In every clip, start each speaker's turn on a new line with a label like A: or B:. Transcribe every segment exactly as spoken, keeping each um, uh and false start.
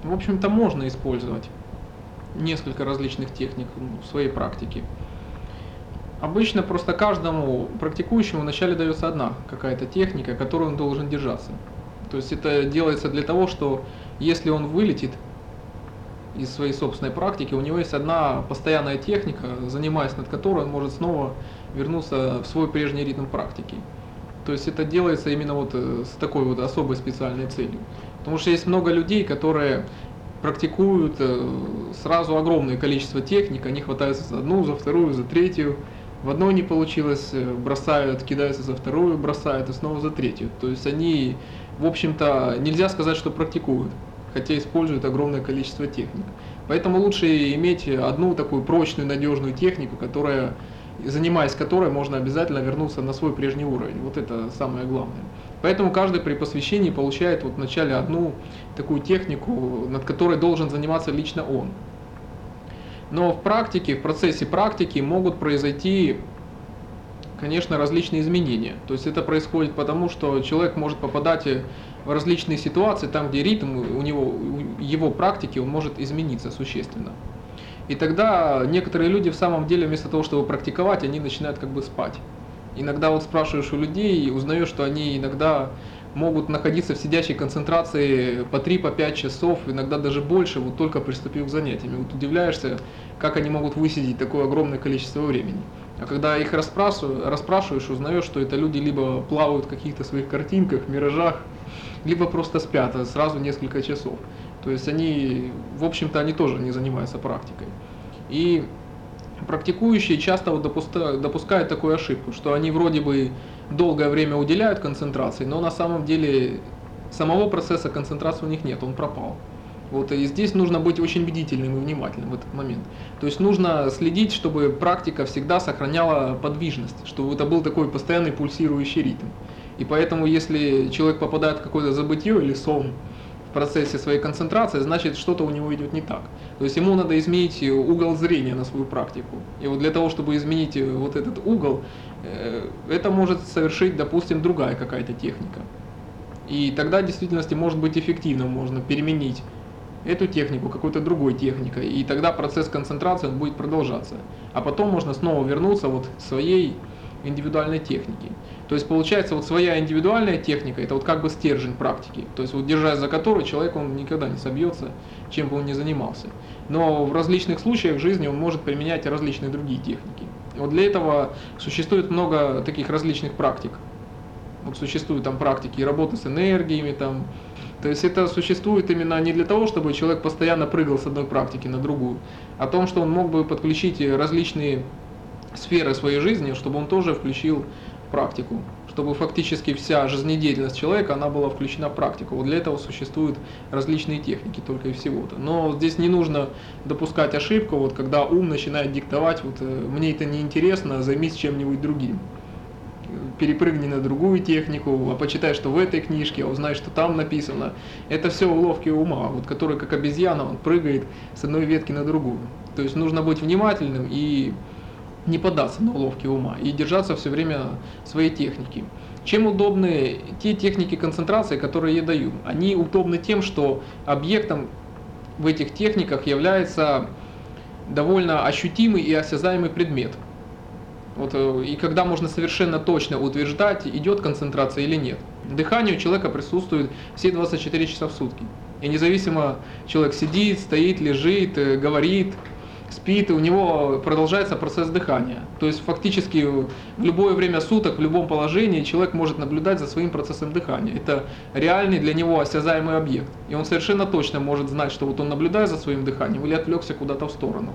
A: В общем-то, можно использовать несколько различных техник в своей практике. Обычно просто каждому практикующему вначале дается одна какая-то техника, которой он должен держаться. То есть это делается для того, что если он вылетит из своей собственной практики, у него есть одна постоянная техника, занимаясь над которой он может снова вернуться в свой прежний ритм практики. То есть это делается именно вот с такой вот особой специальной целью. Потому что есть много людей, которые практикуют сразу огромное количество техник, они хватаются за одну, за вторую, за третью. В одной не получилось, бросают, кидаются за вторую, бросают и снова за третью. То есть они, в общем-то, нельзя сказать, что практикуют, хотя используют огромное количество техник. Поэтому лучше иметь одну такую прочную, надежную технику, которая, занимаясь которой, можно обязательно вернуться на свой прежний уровень. Вот это самое главное. Поэтому каждый при посвящении получает вот вначале одну такую технику, над которой должен заниматься лично он. Но в практике, в процессе практики могут произойти, конечно, различные изменения. То есть это происходит потому, что человек может попадать в различные ситуации, там, где ритм у него, у его практики, он может измениться существенно. И тогда некоторые люди в самом деле вместо того, чтобы практиковать, они начинают как бы спать. Иногда вот спрашиваешь у людей и узнаешь, что они иногда могут находиться в сидячей концентрации по три-пять часов, иногда даже больше, вот только приступив к занятиям. Вот удивляешься, как они могут высидеть такое огромное количество времени. А когда их расспрашиваешь, расспрашиваешь, узнаешь, что это люди либо плавают в каких-то своих картинках, миражах, либо просто спят сразу несколько часов. То есть они, в общем-то, они тоже не занимаются практикой. И практикующие часто вот допускают такую ошибку, что они вроде бы долгое время уделяют концентрации, но на самом деле самого процесса концентрации у них нет, он пропал. Вот, и здесь нужно быть очень бдительным и внимательным в этот момент. То есть нужно следить, чтобы практика всегда сохраняла подвижность, чтобы это был такой постоянный пульсирующий ритм. И поэтому, если человек попадает в какое-то забытье или сон в процессе своей концентрации, значит, что-то у него идет не так. То есть ему надо изменить угол зрения на свою практику. И вот для того, чтобы изменить вот этот угол, это может совершить, допустим, другая какая-то техника. И тогда в действительности может быть эффективно, можно переменить эту технику какой-то другой техникой, и тогда процесс концентрации он будет продолжаться. А потом можно снова вернуться вот к своей индивидуальной технике. То есть получается вот своя индивидуальная техника, это вот как бы стержень практики, то есть вот держась за которой человек он никогда не собьется, чем бы он ни занимался. Но в различных случаях в жизни он может применять различные другие техники. Вот для этого существует много таких различных практик. Вот существуют там практики работы с энергиями, там. То есть это существует именно не для того, чтобы человек постоянно прыгал с одной практики на другую, а о том, что он мог бы подключить различные сферы своей жизни, чтобы он тоже включил практику, чтобы фактически вся жизнедеятельность человека, она была включена в практику. Вот для этого существуют различные техники только и всего-то. Но здесь не нужно допускать ошибку, вот когда ум начинает диктовать, вот мне это не интересно, займись чем-нибудь другим. Перепрыгни на другую технику, а почитай, что в этой книжке, а узнай, что там написано. Это все уловки ума, вот, который как обезьяна, он прыгает с одной ветки на другую. То есть нужно быть внимательным и не поддаться на уловки ума, и держаться все время своей техники. Чем удобны те техники концентрации, которые я даю? Они удобны тем, что объектом в этих техниках является довольно ощутимый и осязаемый предмет. Вот, и когда можно совершенно точно утверждать, идет концентрация или нет. Дыхание у человека присутствует все двадцать четыре часа в сутки. И независимо, человек сидит, стоит, лежит, говорит, спит, и у него продолжается процесс дыхания. То есть фактически в любое время суток, в любом положении человек может наблюдать за своим процессом дыхания. Это реальный для него осязаемый объект. И он совершенно точно может знать, что вот он наблюдает за своим дыханием или отвлекся куда-то в сторону.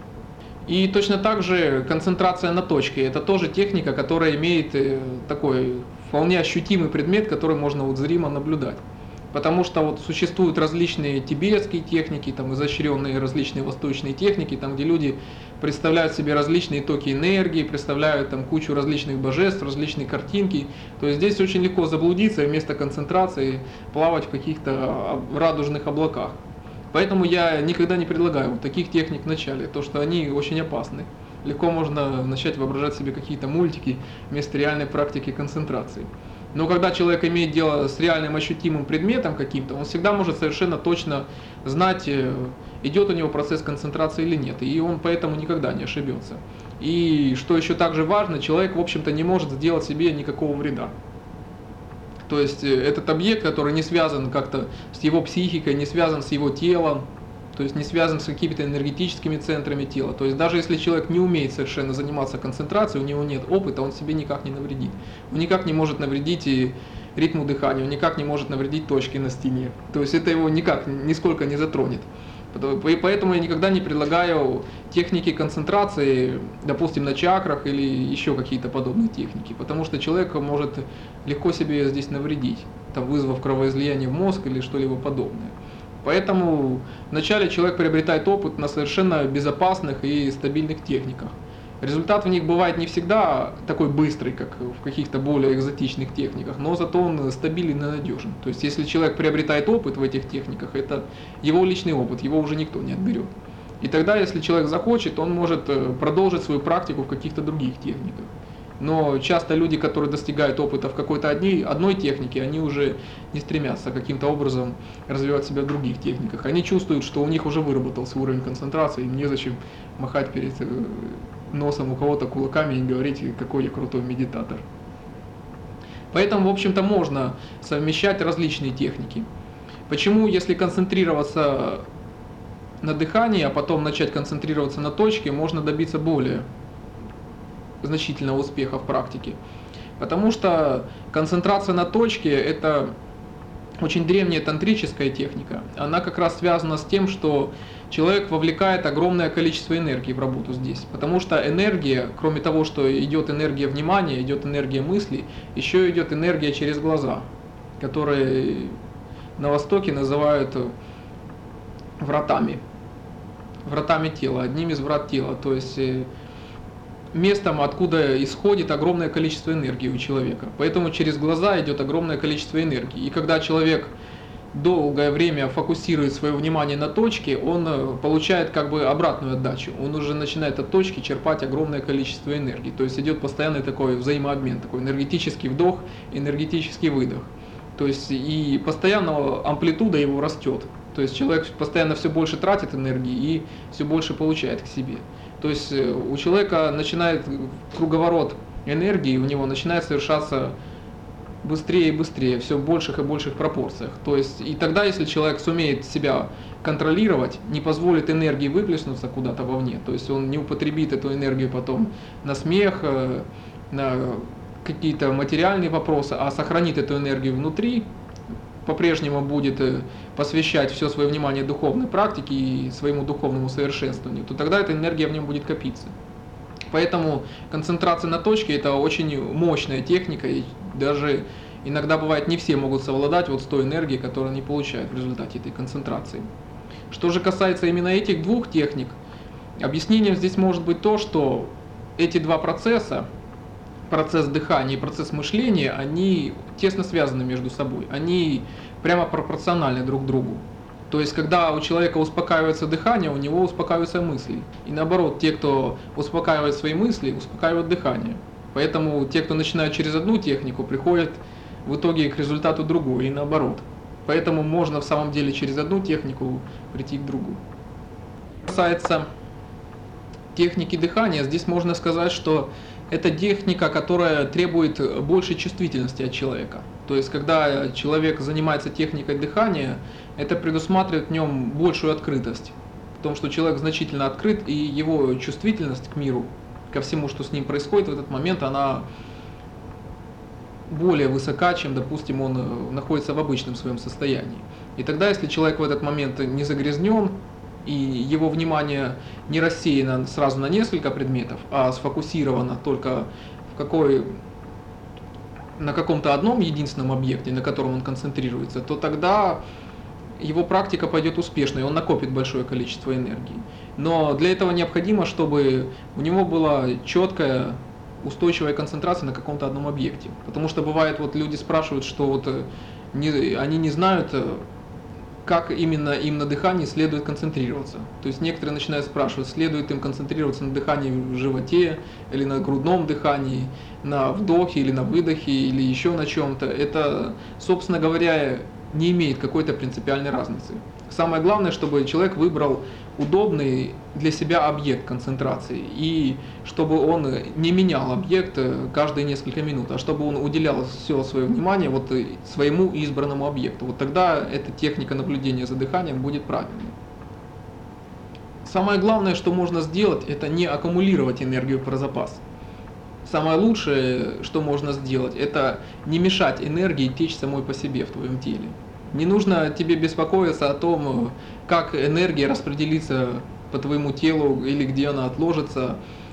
A: И точно так же концентрация на точке. Это тоже техника, которая имеет такой вполне ощутимый предмет, который можно вот зримо наблюдать. Потому что вот существуют различные тибетские техники, там изощренные различные восточные техники, там где люди представляют себе различные токи энергии, представляют там кучу различных божеств, различные картинки. То есть здесь очень легко заблудиться и вместо концентрации плавать в каких-то радужных облаках. Поэтому я никогда не предлагаю вот таких техник в начале, то что они очень опасны. Легко можно начать воображать себе какие-то мультики вместо реальной практики концентрации. Но когда человек имеет дело с реальным ощутимым предметом каким-то, он всегда может совершенно точно знать, идет у него процесс концентрации или нет. И он поэтому никогда не ошибется. И что еще также важно, человек, в общем-то, не может сделать себе никакого вреда. То есть этот объект, который не связан как-то с его психикой, не связан с его телом, то есть не связан с какими-то энергетическими центрами тела. То есть даже если человек не умеет совершенно заниматься концентрацией, у него нет опыта, он себе никак не навредит. Он никак не может навредить и ритму дыхания, он никак не может навредить точке на стене. То есть это его никак, нисколько не затронет. И поэтому я никогда не предлагаю техники концентрации, допустим, на чакрах или еще какие-то подобные техники, потому что человек может легко себе здесь навредить, там, вызвав кровоизлияние в мозг или что-либо подобное. Поэтому вначале человек приобретает опыт на совершенно безопасных и стабильных техниках. Результат в них бывает не всегда такой быстрый, как в каких-то более экзотичных техниках, но зато он стабилен и надежен. То есть если человек приобретает опыт в этих техниках, это его личный опыт, его уже никто не отберет. И тогда, если человек захочет, он может продолжить свою практику в каких-то других техниках. Но часто люди, которые достигают опыта в какой-то одной, одной технике, они уже не стремятся каким-то образом развивать себя в других техниках. Они чувствуют, что у них уже выработался уровень концентрации, им незачем махать перед носом у кого-то кулаками и говорить, какой я крутой медитатор. Поэтому, в общем-то, можно совмещать различные техники. Почему, если концентрироваться на дыхании, а потом начать концентрироваться на точке, можно добиться более значительного успеха в практике? Потому что концентрация на точке – это очень древняя тантрическая техника. Она как раз связана с тем, что человек вовлекает огромное количество энергии в работу здесь. Потому что энергия, кроме того, что идет энергия внимания, идет энергия мыслей, еще идет энергия через глаза, которые на Востоке называют вратами. Вратами тела, одним из врат тела. То есть местом, откуда исходит огромное количество энергии у человека. Поэтому через глаза идет огромное количество энергии. И когда человек долгое время фокусирует свое внимание на точке, он получает как бы обратную отдачу. Он уже начинает от точки черпать огромное количество энергии. То есть идет постоянный такой взаимообмен, такой энергетический вдох, энергетический выдох. То есть и постоянно амплитуда его растет. То есть человек постоянно все больше тратит энергии и все больше получает к себе. То есть у человека начинает круговорот энергии, у него начинает совершаться быстрее и быстрее, все в больших и больших пропорциях. То есть и тогда, если человек сумеет себя контролировать, не позволит энергии выплеснуться куда-то вовне, то есть он не употребит эту энергию потом на смех, на какие-то материальные вопросы, а сохранит эту энергию внутри, по-прежнему будет посвящать все свое внимание духовной практике и своему духовному совершенствованию, то тогда эта энергия в нем будет копиться. Поэтому концентрация на точке – это очень мощная техника, и даже иногда бывает не все могут совладать вот с той энергией, которую они получают в результате этой концентрации. Что же касается именно этих двух техник, объяснением здесь может быть то, что эти два процесса, процесс дыхания и процесс мышления, они тесно связаны между собой, они прямо пропорциональны друг другу. То есть, когда у человека успокаивается дыхание, у него успокаиваются мысли. И наоборот, те, кто успокаивает свои мысли, успокаивают дыхание. Поэтому те, кто начинают через одну технику, приходят в итоге к результату другой, и наоборот. Поэтому можно в самом деле через одну технику прийти к другой. Что касается техники дыхания, здесь можно сказать, что это техника, которая требует большей чувствительности от человека. То есть, когда человек занимается техникой дыхания, это предусматривает в нем большую открытость. В том, что человек значительно открыт, и его чувствительность к миру, ко всему, что с ним происходит в этот момент, она более высока, чем, допустим, он находится в обычном своем состоянии. И тогда, если человек в этот момент не загрязнен, и его внимание не рассеяно сразу на несколько предметов, а сфокусировано только в какой, на каком-то одном единственном объекте, на котором он концентрируется, то тогда его практика пойдет успешно, и он накопит большое количество энергии. Но для этого необходимо, чтобы у него была четкая, устойчивая концентрация на каком-то одном объекте. Потому что бывает, вот люди спрашивают, что вот не, они не знают, как именно им на дыхании следует концентрироваться. То есть некоторые начинают спрашивать, следует им концентрироваться на дыхании в животе, или на грудном дыхании, на вдохе или на выдохе, или еще на чем-то. Это, собственно говоря, не имеет какой-то принципиальной разницы. Самое главное, чтобы человек выбрал удобный для себя объект концентрации, и чтобы он не менял объект каждые несколько минут, а чтобы он уделял все свое внимание вот своему избранному объекту. Вот тогда эта техника наблюдения за дыханием будет правильной. Самое главное, что можно сделать, это не аккумулировать энергию про запас. Самое лучшее, что можно сделать, это не мешать энергии течь самой по себе в твоем теле. Не нужно тебе беспокоиться о том, как энергия распределится по твоему телу или где она отложится.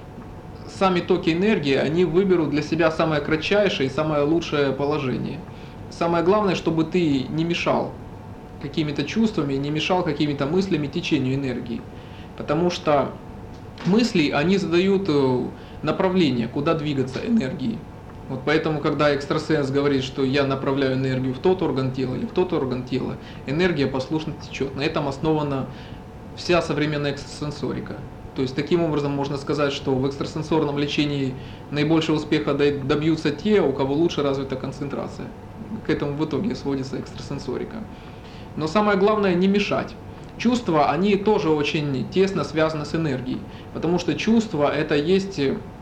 A: Сами токи энергии, они выберут для себя самое кратчайшее и самое лучшее положение. Самое главное, чтобы ты не мешал какими-то чувствами, не мешал какими-то мыслями течению энергии. Потому что мысли, они задают направление, куда двигаться энергии. Вот поэтому, когда экстрасенс говорит, что я направляю энергию в тот орган тела или в тот орган тела, энергия послушно течет. На этом основана вся современная экстрасенсорика. То есть таким образом можно сказать, что в экстрасенсорном лечении наибольшего успеха добьются те, у кого лучше развита концентрация. К этому в итоге сводится экстрасенсорика. Но самое главное не мешать. Чувства, они тоже очень тесно связаны с энергией, потому что чувства это есть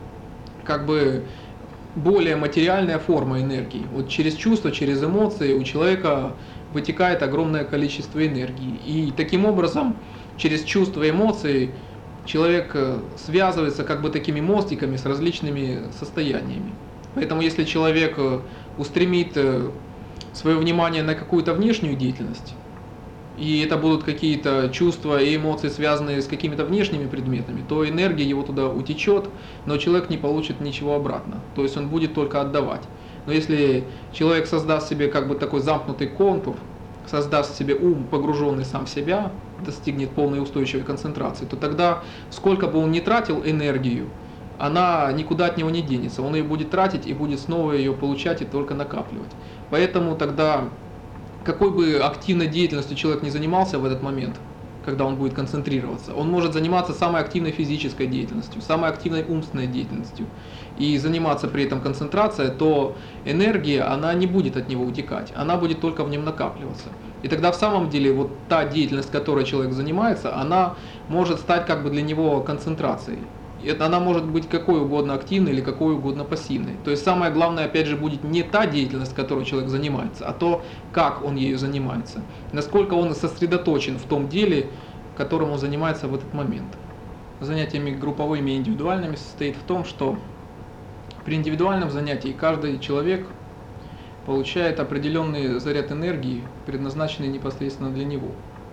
A: как бы более материальная форма энергии. Вот через чувства, через эмоции у человека вытекает огромное количество энергии. И таким образом, через чувства и эмоции человек связывается как бы такими мостиками с различными состояниями. Поэтому если человек устремит свое внимание на какую-то внешнюю деятельность, и это будут какие-то чувства и эмоции, связанные с какими-то внешними предметами, то энергия его туда утечет, но человек не получит ничего обратно. То есть он будет только отдавать. Но если человек создаст себе как бы такой замкнутый контур, создаст себе ум, погруженный сам в себя, достигнет полной устойчивой концентрации, то тогда, сколько бы он ни тратил энергию, она никуда от него не денется. Он ее будет тратить и будет снова ее получать и только накапливать. Поэтому тогда, какой бы активной деятельностью человек не занимался в этот момент, когда он будет концентрироваться, он может заниматься самой активной физической деятельностью, самой активной умственной деятельностью и заниматься при этом концентрацией, то энергия, она не будет от него утекать, она будет только в нем накапливаться. И тогда в самом деле вот та деятельность, которой человек занимается, она может стать как бы для него концентрацией. Это она может быть какой угодно активной или какой угодно пассивной. То есть самое главное, опять же, будет не та деятельность, которой человек занимается, а то, как он ею занимается. Насколько он сосредоточен в том деле, которым он занимается в этот момент. Занятиями групповыми и индивидуальными состоит в том, что при индивидуальном занятии каждый человек получает определенный заряд энергии, предназначенный непосредственно для него.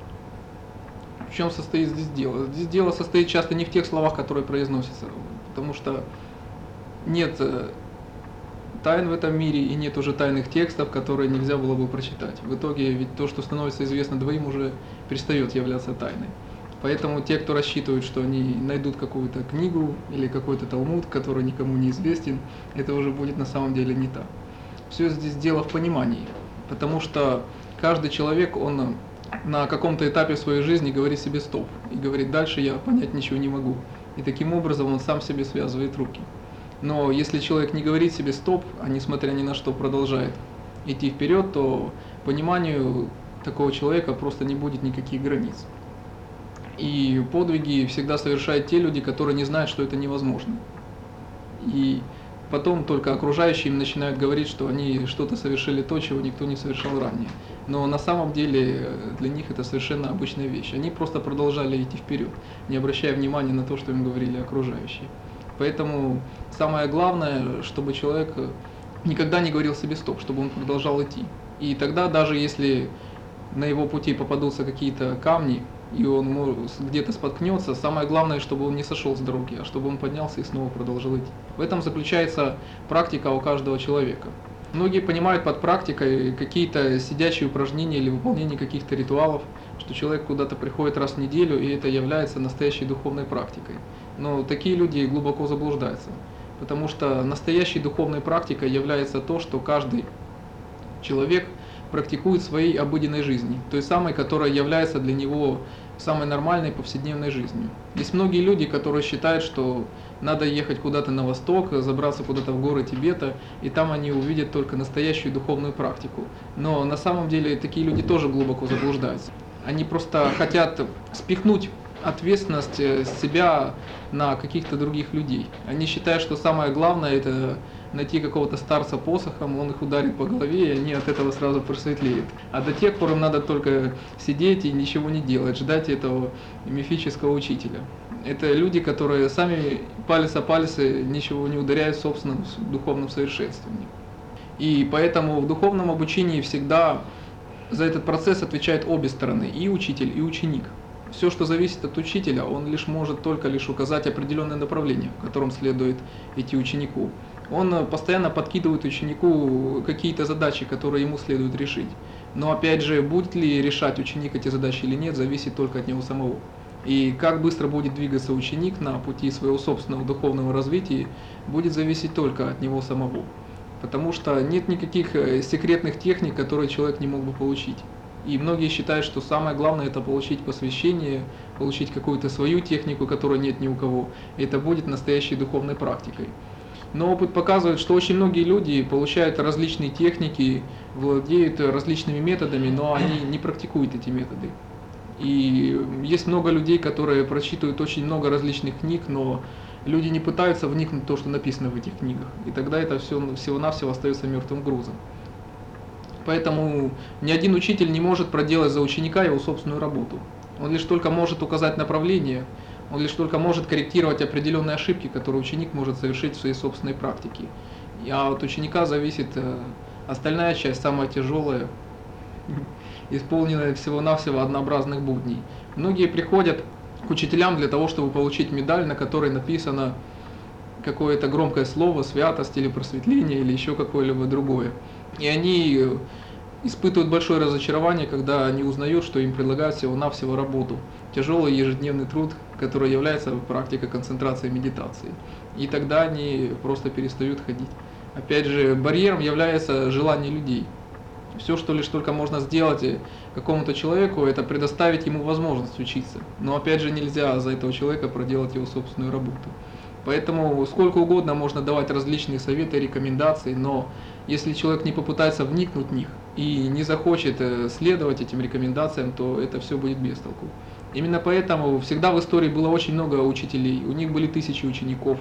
A: В чем состоит здесь дело? Здесь дело состоит часто не в тех словах, которые произносятся, потому что нет тайн в этом мире и нет уже тайных текстов, которые нельзя было бы прочитать. В итоге ведь то, что становится известно двоим, уже перестает являться тайной. Поэтому те, кто рассчитывают, что они найдут какую-то книгу или какой-то талмуд, который никому не известен, это уже будет на самом деле не так. Все здесь дело в понимании, потому что каждый человек, он на каком-то этапе своей жизни говорит себе стоп и говорит: дальше я понять ничего не могу. И таким образом он сам себе связывает руки. Но если человек не говорит себе стоп, а несмотря ни на что продолжает идти вперед, то пониманию такого человека просто не будет никаких границ. И подвиги всегда совершают те люди, которые не знают, что это невозможно. И потом только окружающие им начинают говорить, что они что-то совершили то, чего никто не совершал ранее. Но на самом деле для них это совершенно обычная вещь. Они просто продолжали идти вперед, не обращая внимания на то, что им говорили окружающие. Поэтому самое главное, чтобы человек никогда не говорил себе стоп, чтобы он продолжал идти. И тогда, даже если на его пути попадутся какие-то камни, и он где-то споткнется, самое главное, чтобы он не сошел с дороги, а чтобы он поднялся и снова продолжил идти. В этом заключается практика у каждого человека. Многие понимают под практикой какие-то сидячие упражнения или выполнение каких-то ритуалов, что человек куда-то приходит раз в неделю, и это является настоящей духовной практикой. Но такие люди глубоко заблуждаются, потому что настоящей духовной практикой является то, что каждый человек практикует в своей обыденной жизни, той самой, которая является для него самой нормальной повседневной жизнью. Есть многие люди, которые считают, что надо ехать куда-то на восток, забраться куда-то в горы Тибета, и там они увидят только настоящую духовную практику. Но на самом деле такие люди тоже глубоко заблуждаются. Они просто хотят спихнуть ответственность с себя на каких-то других людей. Они считают, что самое главное это найти какого-то старца посохом, он их ударит по голове, и они от этого сразу просветлеют. А до тех пор им надо только сидеть и ничего не делать, ждать этого мифического учителя. Это люди, которые сами палец о палец ничего не ударяют в собственном духовном совершенствовании. И поэтому в духовном обучении всегда за этот процесс отвечают обе стороны, и учитель, и ученик. Все, что зависит от учителя, он лишь может только лишь указать определенное направление, в котором следует идти ученику. Он постоянно подкидывает ученику какие-то задачи, которые ему следует решить. Но опять же, будет ли решать ученик эти задачи или нет, зависит только от него самого. И как быстро будет двигаться ученик на пути своего собственного духовного развития, будет зависеть только от него самого. Потому что нет никаких секретных техник, которые человек не мог бы получить. И многие считают, что самое главное это получить посвящение, получить какую-то свою технику, которой нет ни у кого. И это будет настоящей духовной практикой. Но опыт показывает, что очень многие люди получают различные техники, владеют различными методами, но они не практикуют эти методы. И есть много людей, которые прочитывают очень много различных книг, но люди не пытаются вникнуть в то, что написано в этих книгах. И тогда это все всего-навсего остается мертвым грузом. Поэтому ни один учитель не может проделать за ученика его собственную работу. Он лишь только может указать направление, он лишь только может корректировать определенные ошибки, которые ученик может совершить в своей собственной практике. А от ученика зависит остальная часть, самая тяжелая, исполненная всего-навсего однообразных будней. Многие приходят к учителям для того, чтобы получить медаль, на которой написано какое-то громкое слово, святость или просветление, или еще какое-либо другое. И они испытывают большое разочарование, когда они узнают, что им предлагают всего-навсего работу. Тяжелый ежедневный труд, который является практикой концентрации и медитации. И тогда они просто перестают ходить. Опять же, барьером является желание людей. Все, что лишь только можно сделать какому-то человеку, это предоставить ему возможность учиться. Но опять же нельзя за этого человека проделать его собственную работу. Поэтому сколько угодно можно давать различные советы, рекомендации, но если человек не попытается вникнуть в них и не захочет следовать этим рекомендациям, то это все будет без толку. Именно поэтому всегда в истории было очень много учителей, у них были тысячи учеников,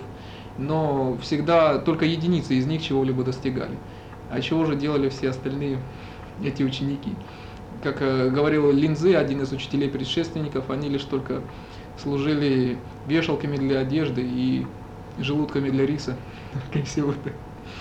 A: но всегда только единицы из них чего-либо достигали. А чего же делали все остальные эти ученики? Как говорил Линзы, один из учителей предшественников, они лишь только служили вешалками для одежды и желудками для риса, как всего-то.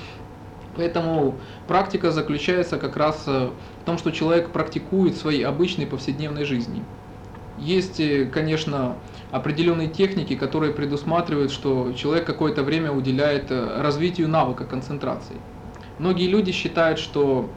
A: Поэтому практика заключается как раз в том, что человек практикует в своей обычной повседневной жизни. Есть, конечно, определенные техники, которые предусматривают, что человек какое-то время уделяет развитию навыка концентрации. Многие люди считают, что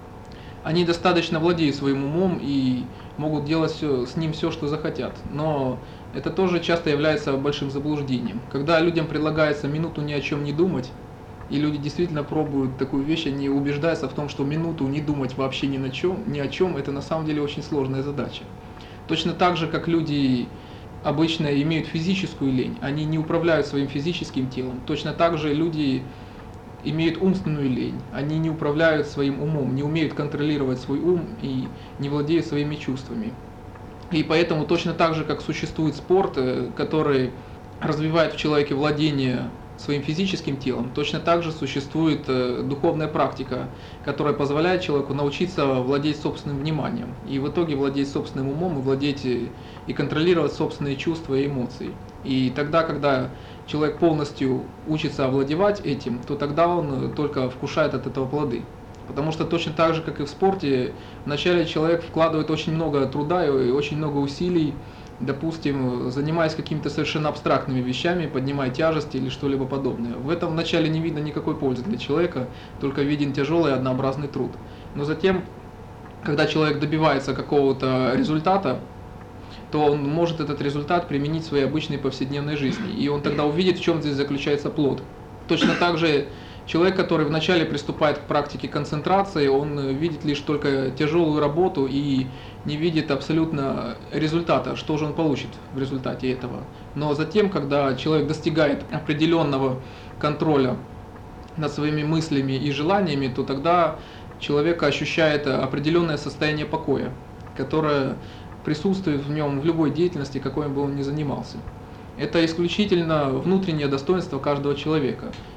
A: они достаточно владеют своим умом и могут делать все, с ним все, что захотят. Но это тоже часто является большим заблуждением. Когда людям предлагается минуту ни о чем не думать, и люди действительно пробуют такую вещь, они убеждаются в том, что минуту не думать вообще ни, на чем, ни о чем, это на самом деле очень сложная задача. Точно так же, как люди обычно имеют физическую лень, они не управляют своим физическим телом, точно так же люди имеют умственную лень, они не управляют своим умом, не умеют контролировать свой ум и не владеют своими чувствами. И поэтому точно так же, как существует спорт, который развивает в человеке владение своим физическим телом, точно так же существует духовная практика, которая позволяет человеку научиться владеть собственным вниманием, и в итоге владеть собственным умом, и владеть и контролировать собственные чувства и эмоции. И тогда, когда человек полностью учится овладевать этим, то тогда он только вкушает от этого плоды. Потому что точно так же, как и в спорте, вначале человек вкладывает очень много труда и очень много усилий, допустим, занимаясь какими-то совершенно абстрактными вещами, поднимая тяжести или что-либо подобное. В этом вначале не видно никакой пользы для человека, только виден тяжелый однообразный труд. Но затем, когда человек добивается какого-то результата, то он может этот результат применить в своей обычной повседневной жизни. И он тогда увидит, в чем здесь заключается плод. Точно так же Человек, который вначале приступает к практике концентрации, он видит лишь только тяжелую работу и не видит абсолютно результата, что же он получит в результате этого. Но затем, когда человек достигает определенного контроля над своими мыслями и желаниями, то тогда человек ощущает определенное состояние покоя, которое присутствует в нем в любой деятельности, какой бы он ни занимался. Это исключительно внутреннее достоинство каждого человека.